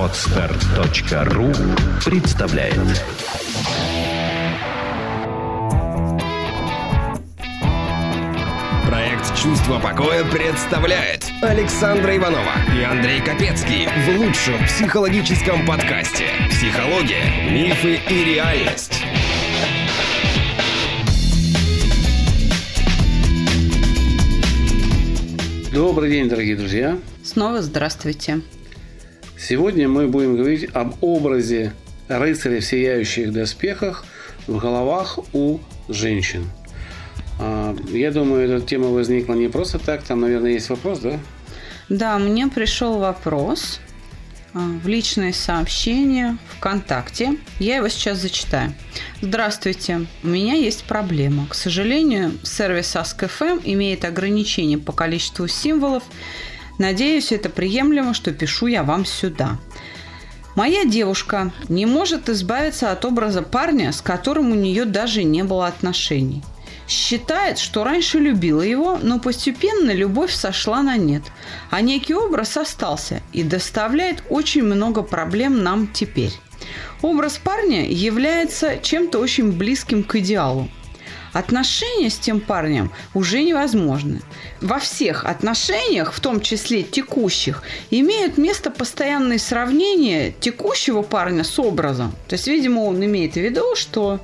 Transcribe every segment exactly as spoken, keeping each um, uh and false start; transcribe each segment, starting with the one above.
Подстер точка ру представляет. Проект «Чувство покоя» представляет Александра Иванова и Андрей Капецкий в лучшем психологическом подкасте «Психология, мифы и реальность». Добрый день, дорогие друзья. Снова здравствуйте. Сегодня мы будем говорить об образе рыцаря в сияющих доспехах в головах у женщин. Я думаю, эта тема возникла не просто так. Там, наверное, есть вопрос, да? Да, мне пришел вопрос в личное сообщение ВКонтакте. Я его сейчас зачитаю. Здравствуйте. У меня есть проблема. К сожалению, сервис Ask эф эм имеет ограничения по количеству символов. Надеюсь, это приемлемо, что пишу я вам сюда. Моя девушка не может избавиться от образа парня, с которым у нее даже не было отношений. Считает, что раньше любила его, но постепенно любовь сошла на нет, а некий образ остался и доставляет очень много проблем нам теперь. Образ парня является чем-то очень близким к идеалу. Отношения с тем парнем уже невозможны. Во всех отношениях, в том числе текущих, имеют место постоянные сравнения текущего парня с образом. То есть, видимо, он имеет в виду, что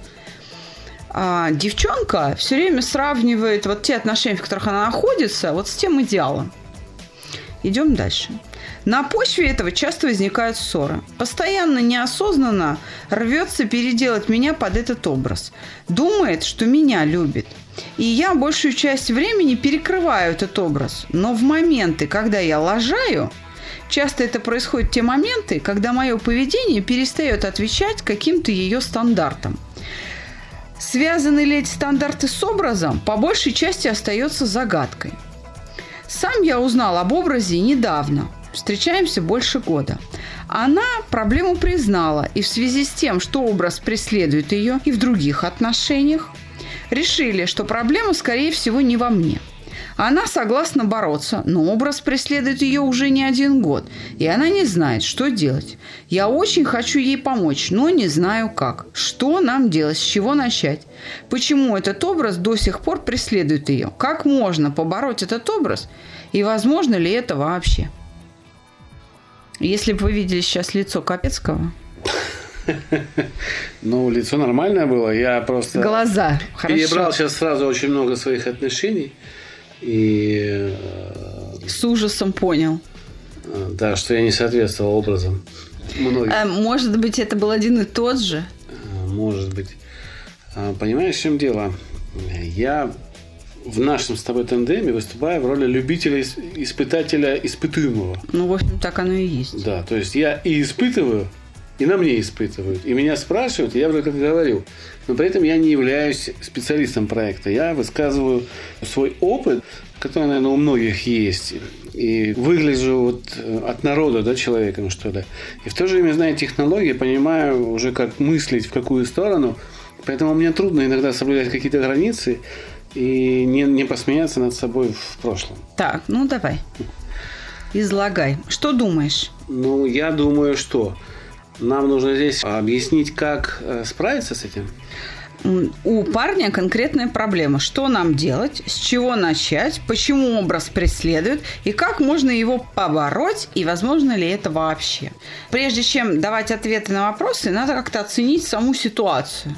а, девчонка все время сравнивает вот те отношения, в которых она находится, вот с тем идеалом. Идем дальше. На почве этого часто возникают ссоры. Постоянно неосознанно рвется переделать меня под этот образ. Думает, что меня любит. И я большую часть времени перекрываю этот образ. Но в моменты, когда я лажаю, часто это происходит в те моменты, когда мое поведение перестает отвечать каким-то ее стандартам. Связаны ли эти стандарты с образом, по большей части остается загадкой. Сам я узнал об образе недавно. Встречаемся больше года. Она проблему признала, и в связи с тем, что образ преследует ее и в других отношениях, решили, что проблема, скорее всего, не во мне. Она согласна бороться, но образ преследует ее уже не один год, и она не знает, что делать. Я очень хочу ей помочь, но не знаю как. Что нам делать, с чего начать? Почему этот образ до сих пор преследует ее? Как можно побороть этот образ? И возможно ли это вообще? Если бы вы видели сейчас лицо Капецкого. Ну, лицо нормальное было. Я просто Глаза. перебрал Хорошо. сейчас сразу очень много своих отношений. И с ужасом понял. Да, что я не соответствовал образом многим. А, может быть, это был один и тот же? Может быть. Понимаешь, в чем дело? Я в нашем с тобой тандеме выступаю в роли любителя, испытателя, испытуемого. Ну, в общем, так оно и есть. Да, то есть я и испытываю, и на мне испытывают. И меня спрашивают, и я вроде как говорю. Но при этом я не являюсь специалистом проекта. Я высказываю свой опыт, который, наверное, у многих есть. И выгляжу вот от народа, да, человеком, что ли. И в то же время, зная технологии, понимаю уже, как мыслить, в какую сторону. Поэтому мне трудно иногда соблюдать какие-то границы и не, не посмеяться над собой в прошлом. Так, ну давай. Излагай. Что думаешь? Ну, я думаю, что нам нужно здесь объяснить, как справиться с этим. У парня конкретная проблема. Что нам делать? С чего начать? Почему образ преследует? И как можно его побороть? И возможно ли это вообще? Прежде чем давать ответы на вопросы, надо как-то оценить саму ситуацию.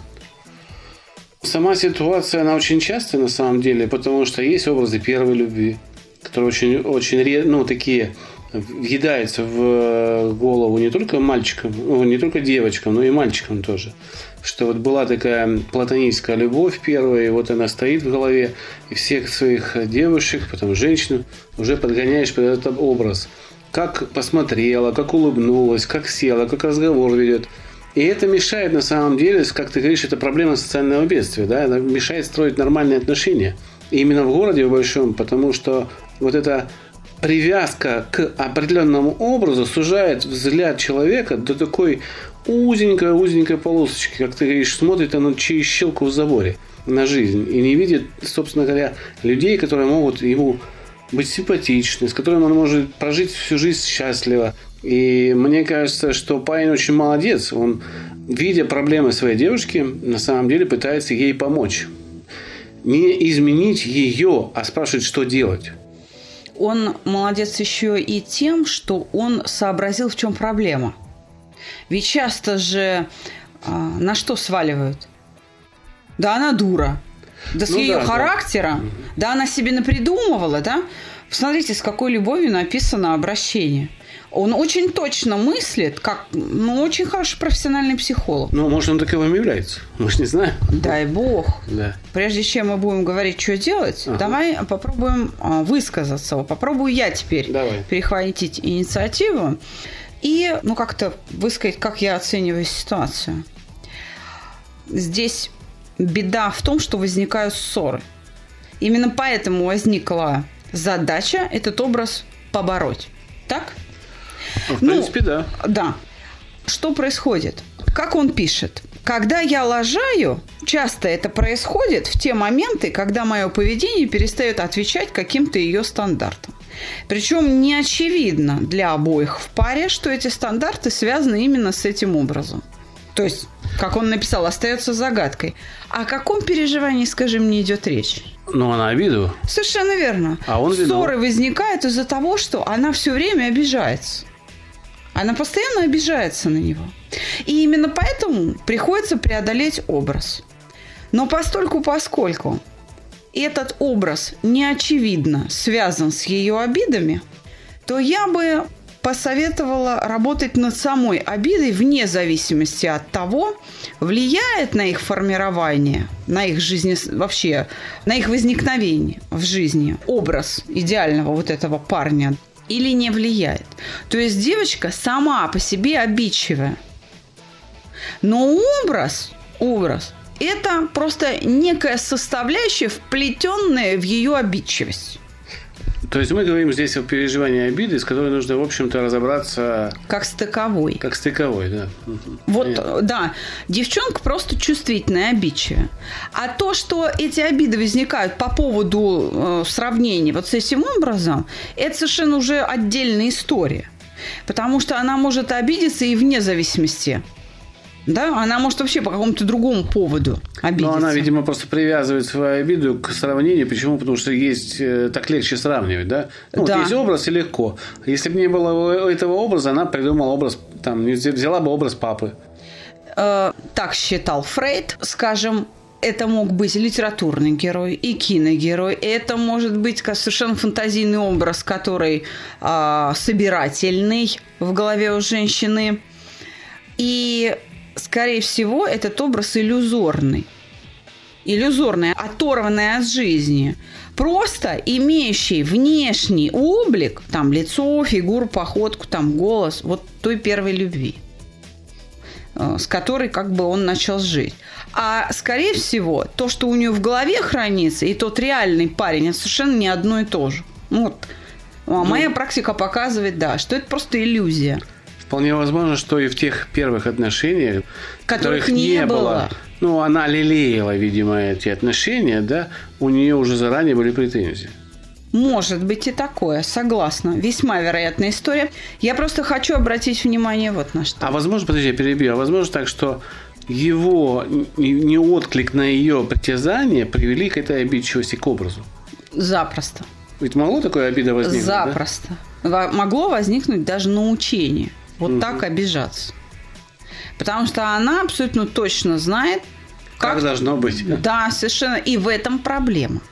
Сама ситуация, она очень частая на самом деле, потому что есть образы первой любви, которые очень, очень ну, такие въедаются в голову не только мальчикам, ну, не только девочкам, но и мальчикам тоже. Что вот была такая платоническая любовь первая, и вот она стоит в голове, и всех своих девушек, потом женщин уже подгоняешь под этот образ. Как посмотрела, как улыбнулась, как села, как разговор ведет. И это мешает, на самом деле, как ты говоришь, это проблема социального бедствия, да, это мешает строить нормальные отношения. И именно в городе в большом, потому что вот эта привязка к определенному образу сужает взгляд человека до такой узенькой-узенькой полосочки, как ты говоришь, смотрит он через щелку в заборе на жизнь и не видит, собственно говоря, людей, которые могут ему быть симпатичны, с которыми он может прожить всю жизнь счастливо. И мне кажется, что парень очень молодец. Он, видя проблемы своей девушки, на самом деле пытается ей помочь. Не изменить ее, а спрашивать, что делать. Он молодец еще и тем, что он сообразил, в чем проблема. Ведь часто же а, на что сваливают? Да она дура. Да с ну, ее да, характером. Да. да она себе напридумывала, да? Посмотрите, с какой любовью написано обращение. Он очень точно мыслит, как ну, очень хороший профессиональный психолог. Ну, может, он таковым является. Мы же не знаем. Дай бог. Да. Прежде чем мы будем говорить, что делать, ага. давай попробуем высказаться. Попробую я теперь давай. перехватить инициативу и ну, как-то высказать, как я оцениваю ситуацию. Здесь беда в том, что возникают ссоры. Именно поэтому возникла задача этот образ побороть. Так? Ну, в принципе, ну, да. Да. Что происходит? Как он пишет? Когда я лажаю, часто это происходит в те моменты, когда мое поведение перестает отвечать каким-то ее стандартам. Причем не очевидно для обоих в паре, что эти стандарты связаны именно с этим образом. То есть, как он написал, остается загадкой. О каком переживании, скажи мне, идет речь? Ну, она обиду. Совершенно верно. А он Ссоры возникают из-за того, что она все время обижается. Она постоянно обижается на него. И именно поэтому приходится преодолеть образ. Но постольку-поскольку этот образ неочевидно связан с ее обидами, то я бы посоветовала работать над самой обидой вне зависимости от того, влияет на их формирование, на их жизни, вообще, на их возникновение в жизни образ идеального вот этого парня или не влияет. То есть девочка сама по себе обидчивая. Но образ, образ – это просто некая составляющая, вплетенная в ее обидчивость. То есть мы говорим здесь о переживании обиды, с которой нужно, в общем-то, разобраться... Как с таковой. Как с таковой, да. Вот, Понятно. Да. Девчонка просто чувствительная, обидчивая. А то, что эти обиды возникают по поводу э, сравнения вот с этим образом, это совершенно уже отдельная история. Потому что она может обидеться и вне зависимости. Да, она может вообще по какому-то другому поводу обидеться. Но она, видимо, просто привязывает свою обиду к сравнению. Почему? Потому что есть так легче сравнивать, да? Ну, да. Вот есть образ и легко. Если бы не было этого образа, она придумала образ, там, взяла бы образ папы. Э, так считал Фрейд, скажем. Это мог быть литературный герой и киногерой. Это может быть совершенно фантазийный образ, который э, собирательный в голове у женщины. И скорее всего, этот образ иллюзорный. Иллюзорный, оторванный от жизни. Просто имеющий внешний облик, там, лицо, фигуру, походку, там, голос, вот той первой любви, с которой как бы он начал жить. А, скорее всего, то, что у нее в голове хранится, и тот реальный парень, это совершенно не одно и то же. Вот. А моя ну, практика показывает, да, что это просто иллюзия. Вполне возможно, что и в тех первых отношениях, которых, которых не, не было, было, ну, она лелеяла, видимо, эти отношения, да, у нее уже заранее были претензии. Может быть и такое, согласна. Весьма вероятная история. Я просто хочу обратить внимание вот на что. А возможно, подожди, я перебью, а возможно так, что его неотклик на ее притязание привели к этой обидчивости, к образу? Запросто. Ведь могло такое обида возникнуть? Запросто. Да? Могло возникнуть даже научение. Вот угу. так обижаться. Потому что она абсолютно точно знает, как, как должно быть. Да, совершенно. И в этом проблема.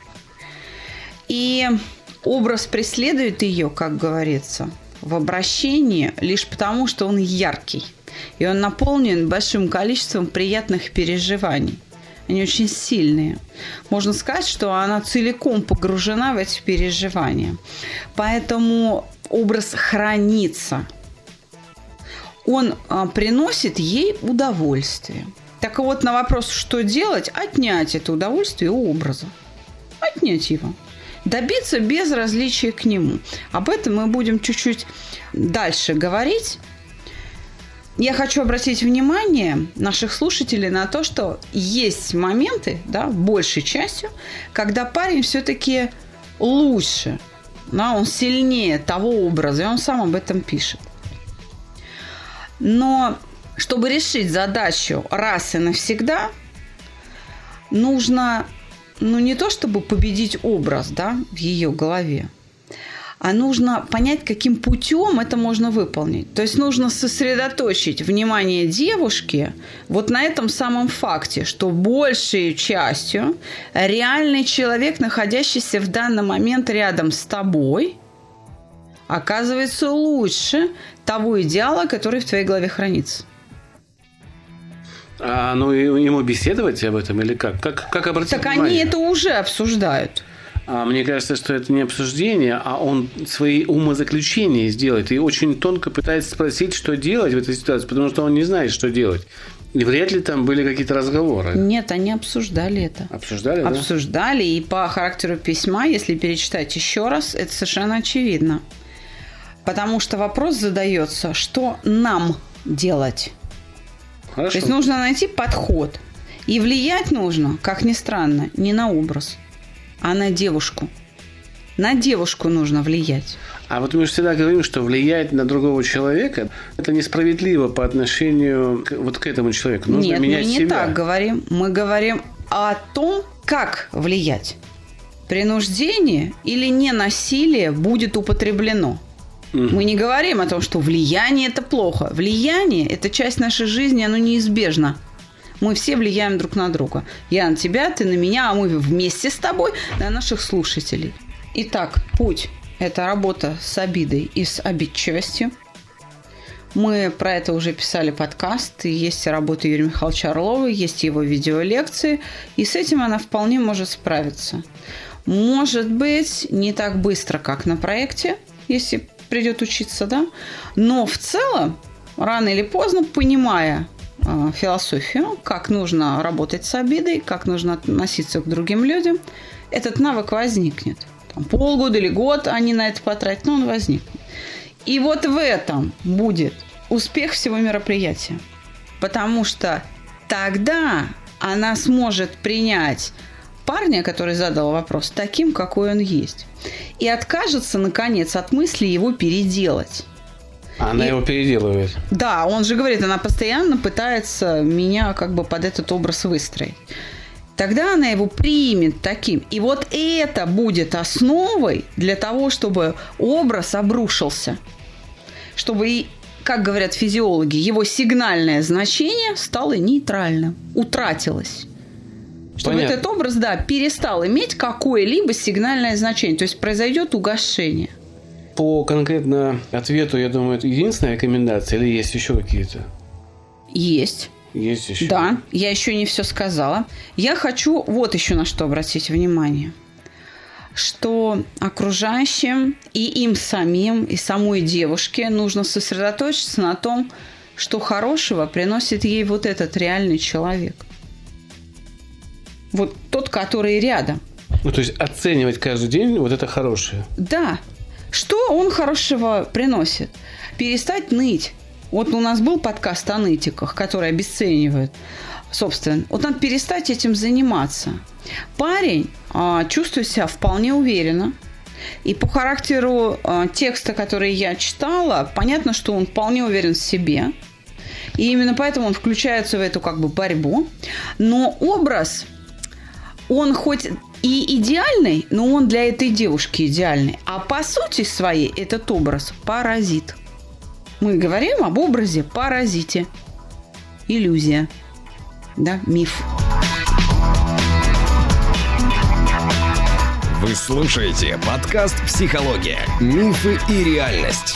И образ преследует ее, как говорится, в обращении лишь потому, что он яркий. И он наполнен большим количеством приятных переживаний. Они очень сильные. Можно сказать, что она целиком погружена в эти переживания. Поэтому образ хранится. Он а, приносит ей удовольствие. Так вот, на вопрос, что делать, отнять это удовольствие у образа. Отнять его. Добиться безразличия к нему. Об этом мы будем чуть-чуть дальше говорить. Я хочу обратить внимание наших слушателей на то, что есть моменты, да, большей частью, когда парень все-таки лучше, да, он сильнее того образа, и он сам об этом пишет. Но чтобы решить задачу раз и навсегда, нужно, ну, не то чтобы победить образ, да, в ее голове, а нужно понять, каким путем это можно выполнить. То есть нужно сосредоточить внимание девушки вот на этом самом факте, что большей частью реальный человек, находящийся в данный момент рядом с тобой, оказывается лучше того идеала, который в твоей голове хранится. А ну ему беседовать об этом или как? Как, как обратить так внимание? Они это уже обсуждают. А мне кажется, что это не обсуждение, а он свои умозаключения сделает и очень тонко пытается спросить, что делать в этой ситуации, потому что он не знает, что делать. И вряд ли там были какие-то разговоры. Нет, они обсуждали это. Обсуждали, да? Обсуждали, и по характеру письма, если перечитать еще раз, это совершенно очевидно. Потому что вопрос задается, что нам делать? Хорошо. То есть нужно найти подход. И влиять нужно, как ни странно, не на образ, а на девушку. На девушку нужно влиять. А вот мы же всегда говорим, что влиять на другого человека – это несправедливо по отношению к, вот к этому человеку. Нужно Нет, менять мы не себя. так говорим. Мы говорим о том, как влиять. Принуждение или ненасилие будет употреблено. Mm-hmm. Мы не говорим о том, что влияние – это плохо. Влияние – это часть нашей жизни, оно неизбежно. Мы все влияем друг на друга. Я на тебя, ты на меня, а мы вместе с тобой на наших слушателей. Итак, путь – это работа с обидой и с обидчивостью. Мы про это уже писали подкаст. Есть работа Юрия Михайловича Орлова, есть его видеолекции. И с этим она вполне может справиться. Может быть, не так быстро, как на проекте, если придет учиться, да? Но в целом, рано или поздно, понимая э, философию, как нужно работать с обидой, как нужно относиться к другим людям, этот навык возникнет. Там, полгода или год они на это потратят, но он возникнет. И вот в этом будет успех всего мероприятия. Потому что тогда она сможет принять парня, который задал вопрос, таким, какой он есть. И откажется, наконец, от мысли его переделать. Она и... его переделывает. Да, он же говорит, она постоянно пытается меня как бы под этот образ выстроить. Тогда она его примет таким. И вот это будет основой для того, чтобы образ обрушился. Чтобы, как говорят физиологи, его сигнальное значение стало нейтральным, утратилось. Чтобы Понятно. Этот образ, да, перестал иметь какое-либо сигнальное значение. То есть произойдет угошение. По конкретно ответу, я думаю, это единственная рекомендация или есть еще какие-то? Есть. Есть еще? Да, я еще не все сказала. Я хочу вот еще на что обратить внимание. Что окружающим и им самим, и самой девушке нужно сосредоточиться на том, что хорошего приносит ей вот этот реальный человек. Вот тот, который рядом. Ну, то есть оценивать каждый день вот это хорошее. Да. Что он хорошего приносит? Перестать ныть. Вот у нас был подкаст о нытиках, которые обесценивают. Собственно, вот надо перестать этим заниматься. Парень а, чувствует себя вполне уверенно. И по характеру а, текста, который я читала, понятно, что он вполне уверен в себе. И именно поэтому он включается в эту как бы борьбу. Но образ... Он хоть и идеальный, но он для этой девушки идеальный. А по сути своей этот образ паразит. Мы говорим об образе паразите. Иллюзия. Да, миф. Вы слушаете подкаст «Психология. Мифы и реальность».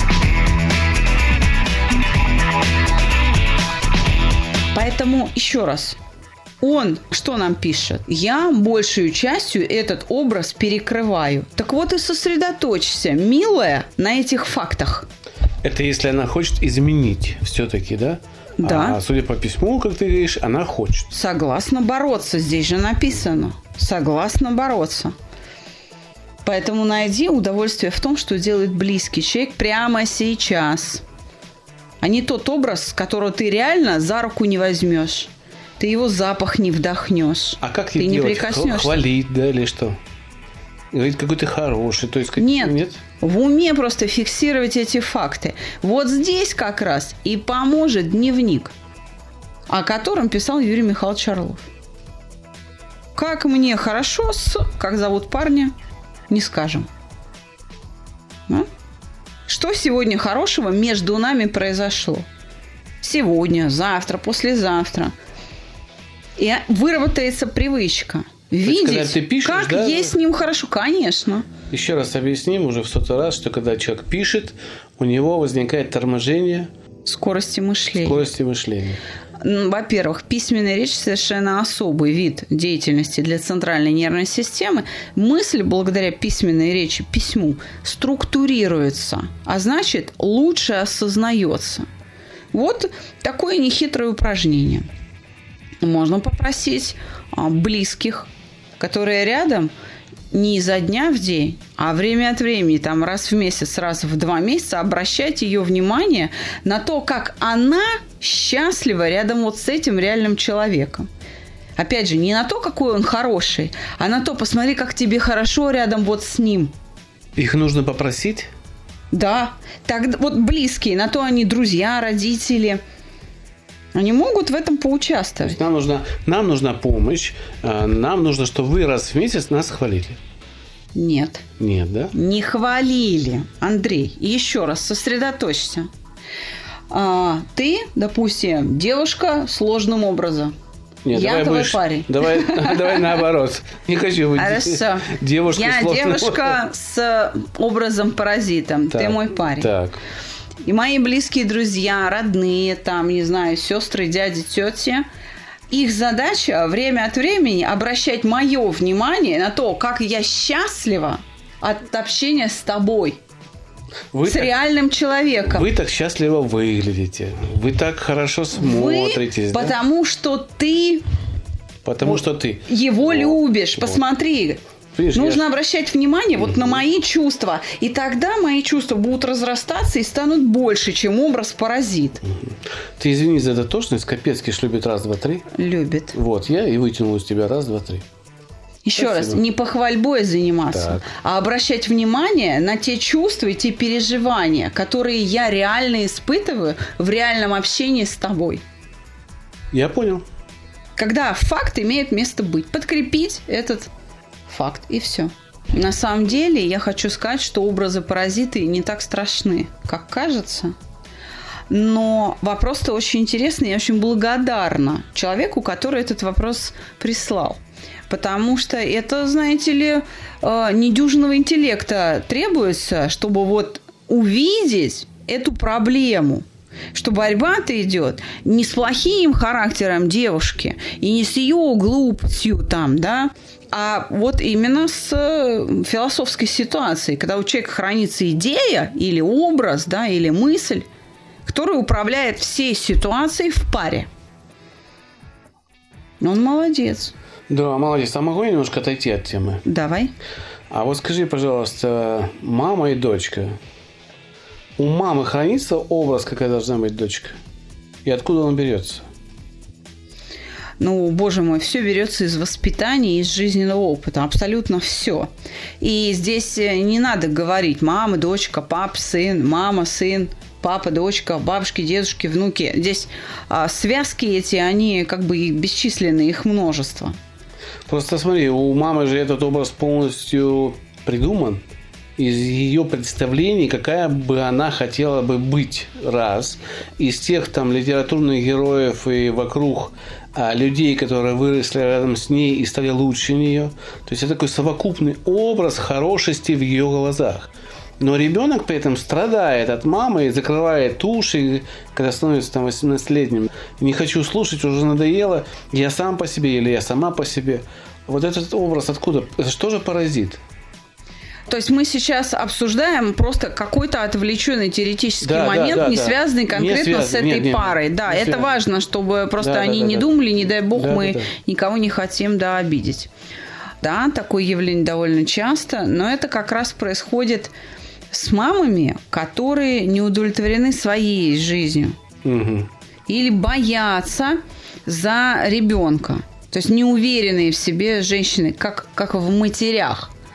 Поэтому еще раз. Он что нам пишет? Я большую частью этот образ перекрываю. Так вот и сосредоточься, милая, на этих фактах. Это если она хочет изменить все-таки, да? Да. А судя по письму, как ты говоришь, она хочет. Согласна бороться, здесь же написано. Согласна бороться. Поэтому найди удовольствие в том, что делает близкий человек прямо сейчас. А не тот образ, которого ты реально за руку не возьмешь. Ты его запах не вдохнешь. А как ты не прикоснешься. Хвалить, да, или что? Говорить, какой ты хороший. То есть, как... Нет, нет, в уме просто фиксировать эти факты. Вот здесь как раз и поможет дневник, о котором писал Юрий Михайлович Орлов. Как мне хорошо с... Как зовут парня? Не скажем. А? Что сегодня хорошего между нами произошло? Сегодня, завтра, послезавтра. И выработается привычка. Видеть, есть, ты пишешь, как да? Есть с ним хорошо. Конечно. Еще раз объясним уже в сотый раз, что когда человек пишет, у него возникает торможение скорости мышления. Скорости мышления. Во-первых, письменная речь совершенно особый вид деятельности для центральной нервной системы. Мысль, благодаря письменной речи, письму, структурируется, а значит, лучше осознается. Вот такое нехитрое упражнение. Можно попросить близких, которые рядом, не изо дня в день, а время от времени, там раз в месяц, раз в два месяца обращать ее внимание на то, как она счастлива рядом вот с этим реальным человеком. Опять же, не на то, какой он хороший, а на то, посмотри, как тебе хорошо рядом вот с ним. Их нужно попросить? Да. Так, вот близкие, на то они друзья, родители. Они могут в этом поучаствовать. Нам нужна, нам нужна помощь. Нам нужно, чтобы вы раз в месяц нас хвалили. Нет. Нет, да? Не хвалили. Андрей, еще раз сосредоточься. А, ты, допустим, девушка сложным образом. Нет, я давай твой будешь, парень. Давай, давай наоборот. Не хочу быть девушкой. Я девушка с образом паразитом. Ты мой парень. Так. И мои близкие друзья, родные, там, не знаю, сестры, дяди, тети, их задача время от времени обращать мое внимание на то, как я счастлива от общения с тобой, вы с так, реальным человеком. Вы так счастливо выглядите, вы так хорошо смотритесь. Вы, да? Потому что ты... Потому вот, что ты... Его вот, любишь. Вот. Посмотри... Видишь, нужно я... обращать внимание вот на мои чувства. И тогда мои чувства будут разрастаться и станут больше, чем образ паразит. Ты извини за дотошность. Капецкий ж любит раз, два, три. Любит. Вот, я и вытянул из тебя раз, два, три. Еще Спасибо. раз, не похвальбой заниматься, так. а обращать внимание на те чувства и те переживания, которые я реально испытываю в реальном общении с тобой. Я понял. Когда факт имеет место быть. Подкрепить этот... факт, и все. На самом деле, я хочу сказать, что образы паразиты не так страшны, как кажется. Но вопрос-то очень интересный. Я очень благодарна человеку, который этот вопрос прислал. Потому что это, знаете ли, недюжинного интеллекта требуется, чтобы вот увидеть эту проблему. Что борьба-то идет не с плохим характером девушки и не с ее глупостью там, да, а вот именно с философской ситуацией, когда у человека хранится идея или образ, да, или мысль, которая управляет всей ситуацией в паре. Он молодец. Да, молодец. А могу я немножко отойти от темы? Давай. А вот скажи, пожалуйста, мама и дочка. У мамы хранится образ, какая должна быть дочка? И откуда он берется? Ну, боже мой, все берется из воспитания, из жизненного опыта. Абсолютно все. И здесь не надо говорить мама, дочка, папа, сын, мама, сын, папа, дочка, бабушки, дедушки, внуки. Здесь а, связки эти, они как бы бесчисленные, их множество. Просто смотри, у мамы же этот образ полностью придуман. Из ее представлений, какая бы она хотела бы быть, раз. Из тех там литературных героев и вокруг а, людей, которые выросли рядом с ней и стали лучше нее. То есть это такой совокупный образ хорошести в ее глазах. Но ребенок при этом страдает от мамы и закрывает уши, когда становится там восемнадцатилетним. Не хочу слушать, уже надоело. Я сам по себе или я сама по себе. Вот этот образ откуда? Это что же паразит? То есть мы сейчас обсуждаем просто какой-то отвлеченный теоретический да, момент, да, да, не да. связанный конкретно не связан, с этой нет, парой. Нет, да, не это связан. Важно, чтобы просто да, они да, да, не да. думали, не дай бог, да, мы да, да. никого не хотим да, обидеть. Да, такое явление довольно часто, но это как раз происходит с мамами, которые не удовлетворены своей жизнью. Угу. Или боятся за ребенка. То есть неуверенные в себе женщины, как, как в матерях.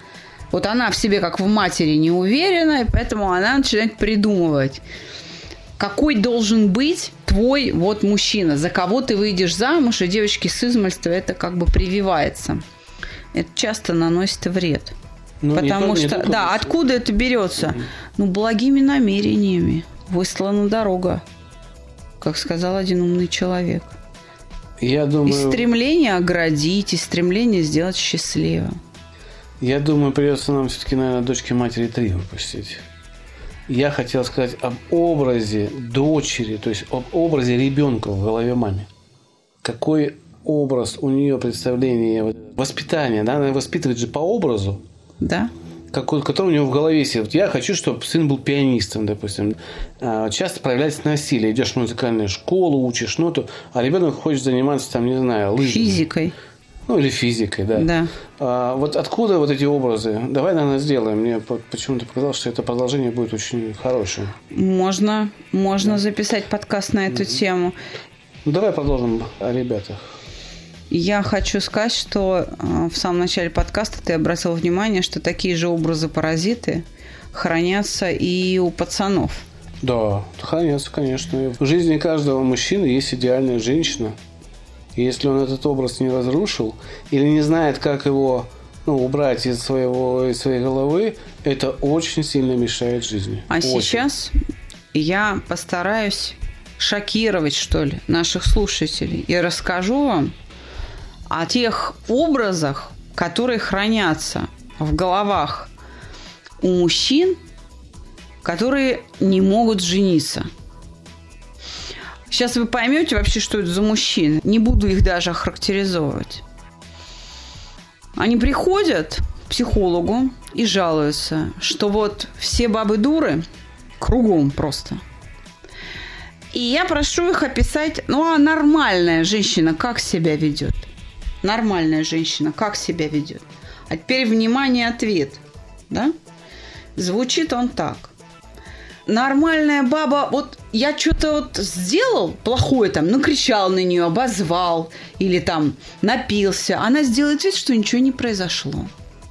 Вот она в себе как в матери не уверена, и поэтому она начинает придумывать, какой должен быть твой вот мужчина, за кого ты выйдешь замуж, и девочки с измальства это как бы прививается. Это часто наносит вред. Ну, потому не что, не да, откуда это берется? Mm-hmm. Ну, благими намерениями выслана дорога, как сказал один умный человек. Я думаю... И стремление оградить, и стремление сделать счастливым. Я думаю, придется нам все-таки, наверное, дочки матери три выпустить. Я хотел сказать об образе дочери, то есть об образе ребенка в голове мамы. Какой образ у нее представление, воспитание, да, она воспитывает же по образу. Да. Какой, который у него в голове сидит. Вот я хочу, чтобы сын был пианистом, допустим. Часто проявляется насилие. Идешь в музыкальную школу, учишь ноту, а ребенок хочет заниматься, там, не знаю, лыжами. Физикой. Ну, или физикой, да. Да. А, вот откуда вот эти образы? Давай, наверное, сделаем. Мне почему-то показалось, что это продолжение будет очень хорошим. Можно, можно да. записать подкаст на эту mm-hmm. тему. Ну, давай продолжим о ребятах. Я хочу сказать, что в самом начале подкаста ты обратил внимание, что такие же образы-паразиты хранятся и у пацанов. Да, хранятся, конечно. В жизни каждого мужчины есть идеальная женщина. И если он этот образ не разрушил или не знает, как его ну, убрать из, своего, из своей головы, это очень сильно мешает жизни. А очень. Сейчас я постараюсь шокировать, что ли, наших слушателей и расскажу вам о тех образах, которые хранятся в головах у мужчин, которые не могут жениться. Сейчас вы поймете вообще, что это за мужчины. Не буду их даже охарактеризовывать. Они приходят к психологу и жалуются, что вот все бабы дуры кругом просто. И я прошу их описать, ну а нормальная женщина как себя ведет? Нормальная женщина как себя ведет? А теперь, внимание, ответ. Да? Звучит он так. Нормальная баба, вот я что-то вот сделал плохое, там, накричал на нее, обозвал или там напился, она сделает вид, что ничего не произошло.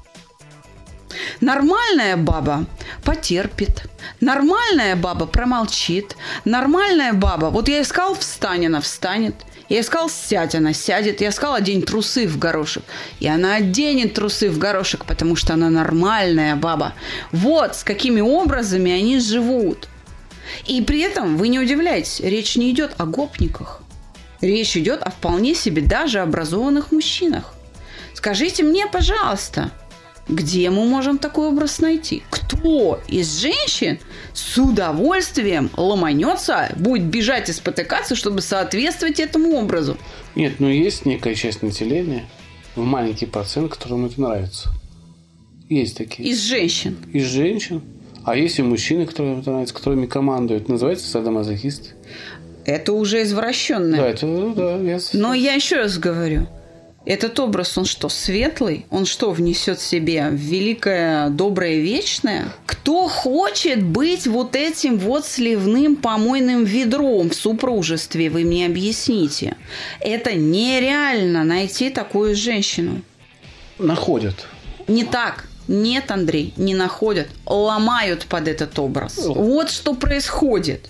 Нормальная баба потерпит, нормальная баба промолчит, нормальная баба, вот я искал встань, она встанет, я искал сядь, она сядет, я искал одень трусы в горошек, и она оденет трусы в горошек, потому что она нормальная баба. Вот с какими образами они живут. И при этом вы не удивляйтесь, речь не идет о гопниках. Речь идет о вполне себе даже образованных мужчинах. Скажите мне, пожалуйста, где мы можем такой образ найти? Кто из женщин с удовольствием ломанется, будет бежать и спотыкаться, чтобы соответствовать этому образу? Нет, ну есть некая часть населения, в маленький процент, которому это нравится. Есть такие. Из женщин? Из женщин. А есть и мужчины, которым это нравится, которыми командуют. Называется садомазохист. Это уже извращенное. Да, это, да, я... Но я еще раз говорю. Этот образ, он что, светлый? Он что, внесет в себе великое, доброе, вечное? Кто хочет быть вот этим вот сливным помойным ведром в супружестве? Вы мне объясните. Это нереально найти такую женщину. Находят. Не так. Нет, Андрей, не находят. Ломают под этот образ. О. Вот что происходит.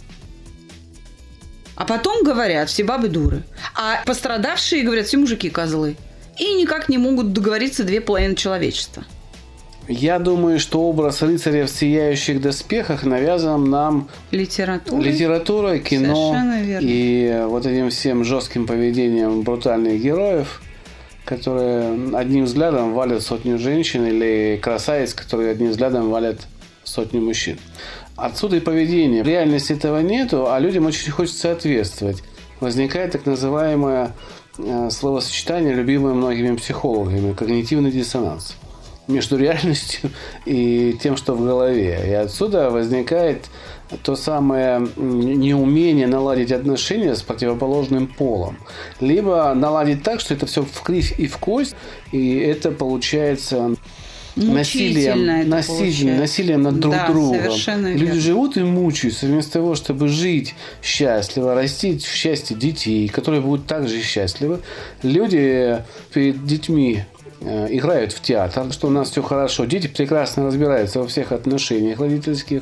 А потом говорят, все бабы дуры. А пострадавшие говорят, все мужики козлы. И никак не могут договориться две половины человечества. Я думаю, что образ рыцаря в сияющих доспехах навязан нам литературой, литературой, кино и вот этим всем жестким поведением брутальных героев, которые одним взглядом валят сотню женщин, или красавиц, которые одним взглядом валят сотню мужчин. Отсюда и поведение. В реальности этого нету, а людям очень хочется соответствовать. Возникает так называемое э, словосочетание, любимое многими психологами, когнитивный диссонанс между реальностью и тем, что в голове. И отсюда возникает то самое неумение наладить отношения с противоположным полом. Либо наладить так, что это все в кривь и в кость, и это получается... Насилием, насилием, насилием над друг да, другом. Люди верно. Живут и мучаются вместо того, чтобы жить счастливо, растить в счастье детей, которые будут также счастливы. Люди перед детьми э, играют в театр, что у нас все хорошо. Дети прекрасно разбираются во всех отношениях родительских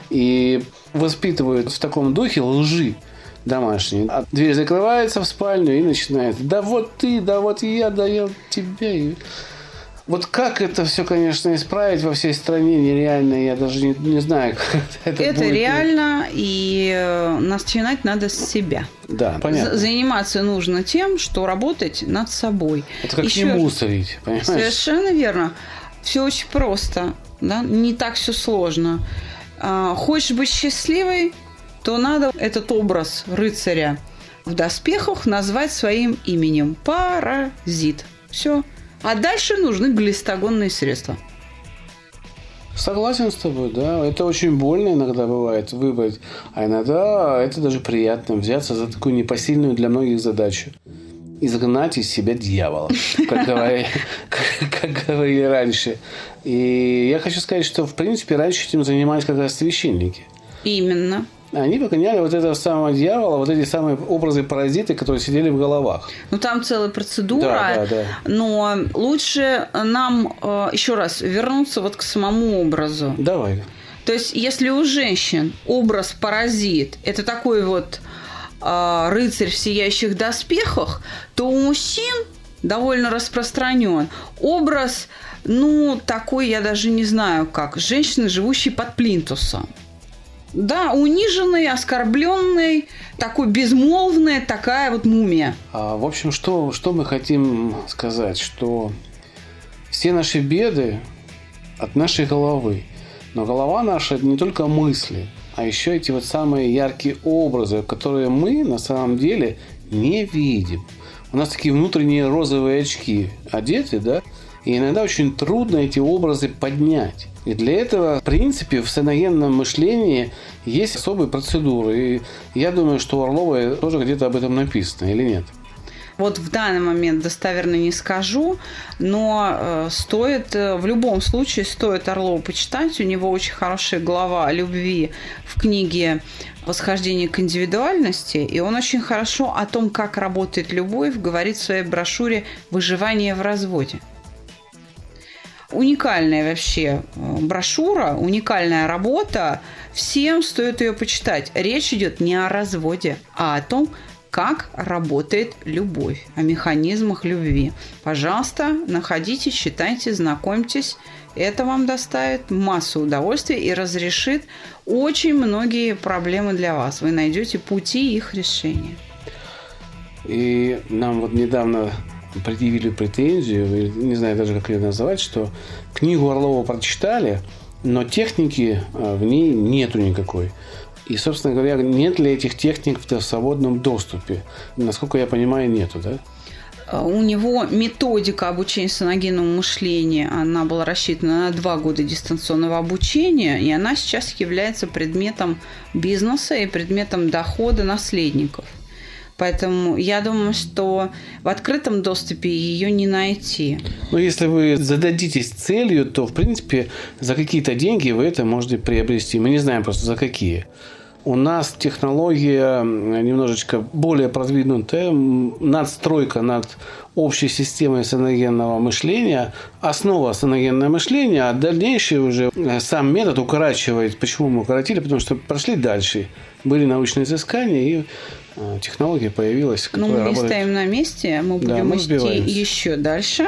и воспитывают в таком духе лжи домашние. А дверь закрывается в спальню и начинает: да вот ты, да вот я, да я тебя. Вот как это все, конечно, исправить во всей стране нереально, я даже не, не знаю, как это, это будет. Это реально, и начинать надо с себя. Да, понятно. Заниматься нужно тем, что работать над собой. Это как Еще не мусорить, понимаешь? Совершенно верно. Все очень просто, да? Не так все сложно. Хочешь быть счастливой, то надо этот образ рыцаря в доспехах назвать своим именем. Паразит. Все. А дальше нужны глистогонные средства. Согласен с тобой, да. Это очень больно иногда бывает выбрать. А иногда это даже приятно взяться за такую непосильную для многих задачу. Изгнать из себя дьявола, как говорили, как говорили раньше. И я хочу сказать, что в принципе раньше этим занимались как раз священники. Именно. Они выгоняли вот этого самого дьявола, вот эти самые образы паразиты, которые сидели в головах. Ну, там целая процедура. Да, да, да. Но лучше нам еще раз вернуться вот к самому образу. Давай. То есть, если у женщин образ паразит – это такой вот э, рыцарь в сияющих доспехах, то у мужчин довольно распространен образ, ну, такой, я даже не знаю как, женщины, живущей под плинтусом. Да, униженный, оскорбленный, такой безмолвная, такая вот мумия. А, в общем, что, что мы хотим сказать? Что все наши беды от нашей головы. Но голова наша – это не только мысли, а еще эти вот самые яркие образы, которые мы на самом деле не видим. У нас такие внутренние розовые очки одеты, да? И иногда очень трудно эти образы поднять. И для этого, в принципе, в саногенном мышлении есть особые процедуры. И я думаю, что у Орловой тоже где-то об этом написано, или нет? Вот в данный момент достоверно не скажу, но стоит, в любом случае, стоит Орлову почитать. У него очень хорошая глава о любви в книге «Восхождение к индивидуальности». И он очень хорошо о том, как работает любовь, говорит в своей брошюре «Выживание в разводе». Уникальная вообще брошюра, уникальная работа. Всем стоит ее почитать. Речь идет не о разводе, а о том, как работает любовь, о механизмах любви. Пожалуйста, находите, читайте, знакомьтесь. Это вам доставит массу удовольствия и разрешит очень многие проблемы для вас. Вы найдете пути их решения. И нам вот недавно предъявили претензию, не знаю даже, как ее называть, что книгу Орлова прочитали, но техники в ней нету никакой. И, собственно говоря, нет ли этих техник в свободном доступе? Насколько я понимаю, нету, да? У него методика обучения саногенному мышлению, она была рассчитана на два года дистанционного обучения, и она сейчас является предметом бизнеса и предметом дохода наследников. Поэтому я думаю, что в открытом доступе ее не найти. Но если вы зададитесь целью, то, в принципе, за какие-то деньги вы это можете приобрести. Мы не знаем просто за какие. У нас технология немножечко более продвинутая, надстройка над общей системой саногенного мышления, основа саногенное мышление, а дальнейший уже сам метод укорачивает. Почему мы укоротили? Потому что прошли дальше. Были научные изыскания, и технология появилась. Ну, мы не работает... стоим на месте, мы будем да, мы идти еще дальше.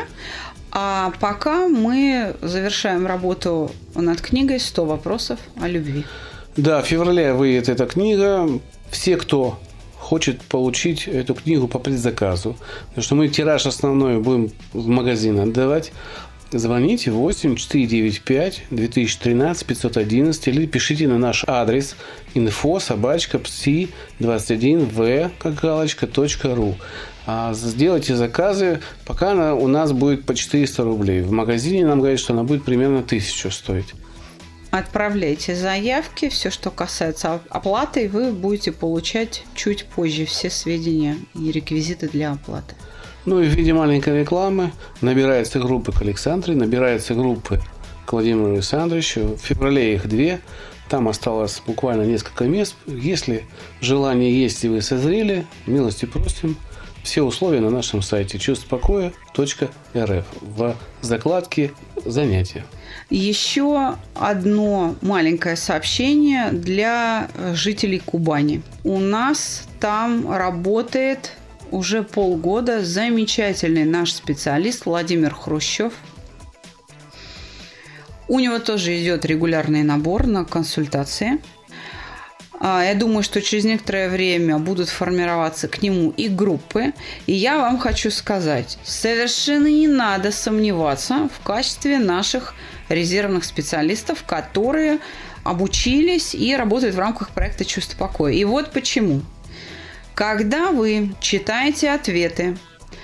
А пока мы завершаем работу над книгой «сто вопросов о любви». Да, в феврале выйдет эта книга. Все, кто хочет получить эту книгу по предзаказу, потому что мы тираж основной будем в магазин отдавать, звоните восемь четыре девять пять две тысячи тринадцать пятьсот одиннадцать или пишите на наш адрес инфо собачка пси двадцать один в как галочка точка ру. Сделайте заказы, пока она у нас будет по четыреста рублей. В магазине нам говорят, что она будет примерно тысячу стоить. Отправляйте заявки. Все, что касается оплаты, вы будете получать чуть позже все сведения и реквизиты для оплаты. Ну и в виде маленькой рекламы набирается группы к Александре, набирается группы к Владимиру Александровичу. В феврале их две. Там осталось буквально несколько мест. Если желание есть и вы созрели, милости просим. Все условия на нашем сайте чувство покоя точка эр эф в закладке «Занятия». Еще одно маленькое сообщение для жителей Кубани. У нас там работает уже полгода замечательный наш специалист Владимир Хрущев. У него тоже идет регулярный набор на консультации. Я думаю, что через некоторое время будут формироваться к нему и группы. И я вам хочу сказать, совершенно не надо сомневаться в качестве наших резервных специалистов, которые обучились и работают в рамках проекта «Чувство покоя». И вот почему. Когда вы читаете ответы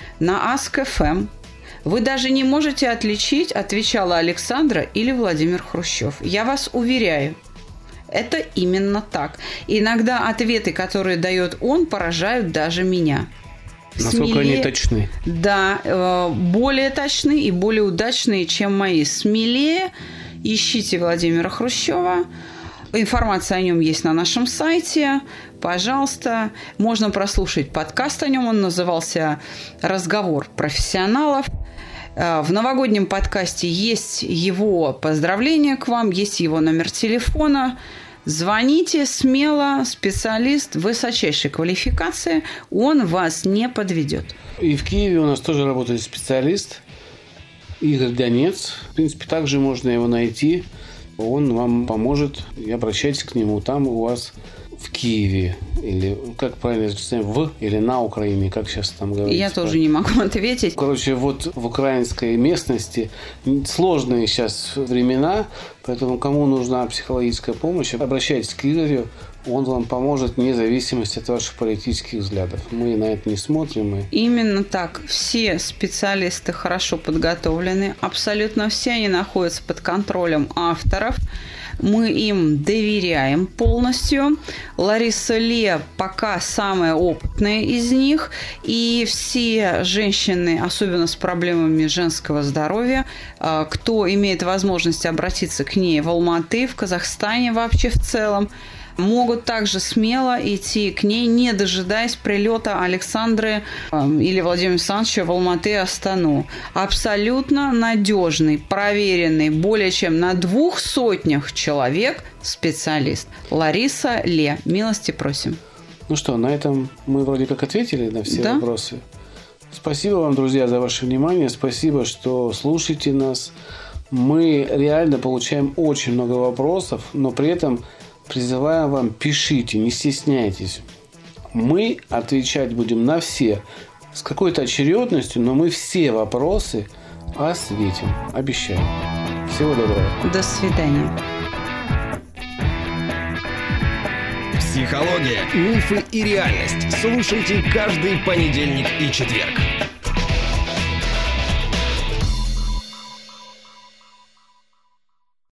на Ask эф эм, вы даже не можете отличить, отвечала Александра или Владимир Хрущев. Я вас уверяю. Это именно так. Иногда ответы, которые дает он, поражают даже меня. Насколько Смелее, они точны? Да, более точны и более удачные, чем мои. Смелее ищите Владимира Хрущева. Информация о нем есть на нашем сайте. Пожалуйста, можно прослушать подкаст о нем. Он назывался «Разговор профессионалов». В новогоднем подкасте есть его поздравления к вам, есть его номер телефона. Звоните смело, специалист высочайшей квалификации, он вас не подведет. И в Киеве у нас тоже работает специалист Игорь Донец. В принципе, также можно его найти. Он вам поможет, и обращайтесь к нему. Там у вас в Киеве, или как правильно сказать, в или на Украине, как сейчас там говорится. Я тоже не могу ответить. Короче, вот в украинской местности сложные сейчас времена, поэтому кому нужна психологическая помощь, обращайтесь к Игорю, он вам поможет вне зависимости от ваших политических взглядов. Мы на это не смотрим. И... Именно так. Все специалисты хорошо подготовлены, абсолютно все они находятся под контролем авторов. Мы им доверяем полностью. Лариса Ле пока самая опытная из них. И все женщины, особенно с проблемами женского здоровья, кто имеет возможность обратиться к ней в Алматы, в Казахстане вообще в целом, могут также смело идти к ней, не дожидаясь прилета Александры или Владимира Александровича в Алматы и Астану. Абсолютно надежный, проверенный, более чем на двух сотнях человек специалист. Лариса Ле. Милости просим. Ну что, на этом мы вроде как ответили на все да? вопросы. Спасибо вам, друзья, за ваше внимание. Спасибо, что слушаете нас. Мы реально получаем очень много вопросов, но при этом призываем вам, пишите, не стесняйтесь. Мы отвечать будем на все с какой-то очередностью, но мы все вопросы осветим. Обещаем. Всего доброго. До свидания. Психология, мифы и реальность. Слушайте каждый понедельник и четверг.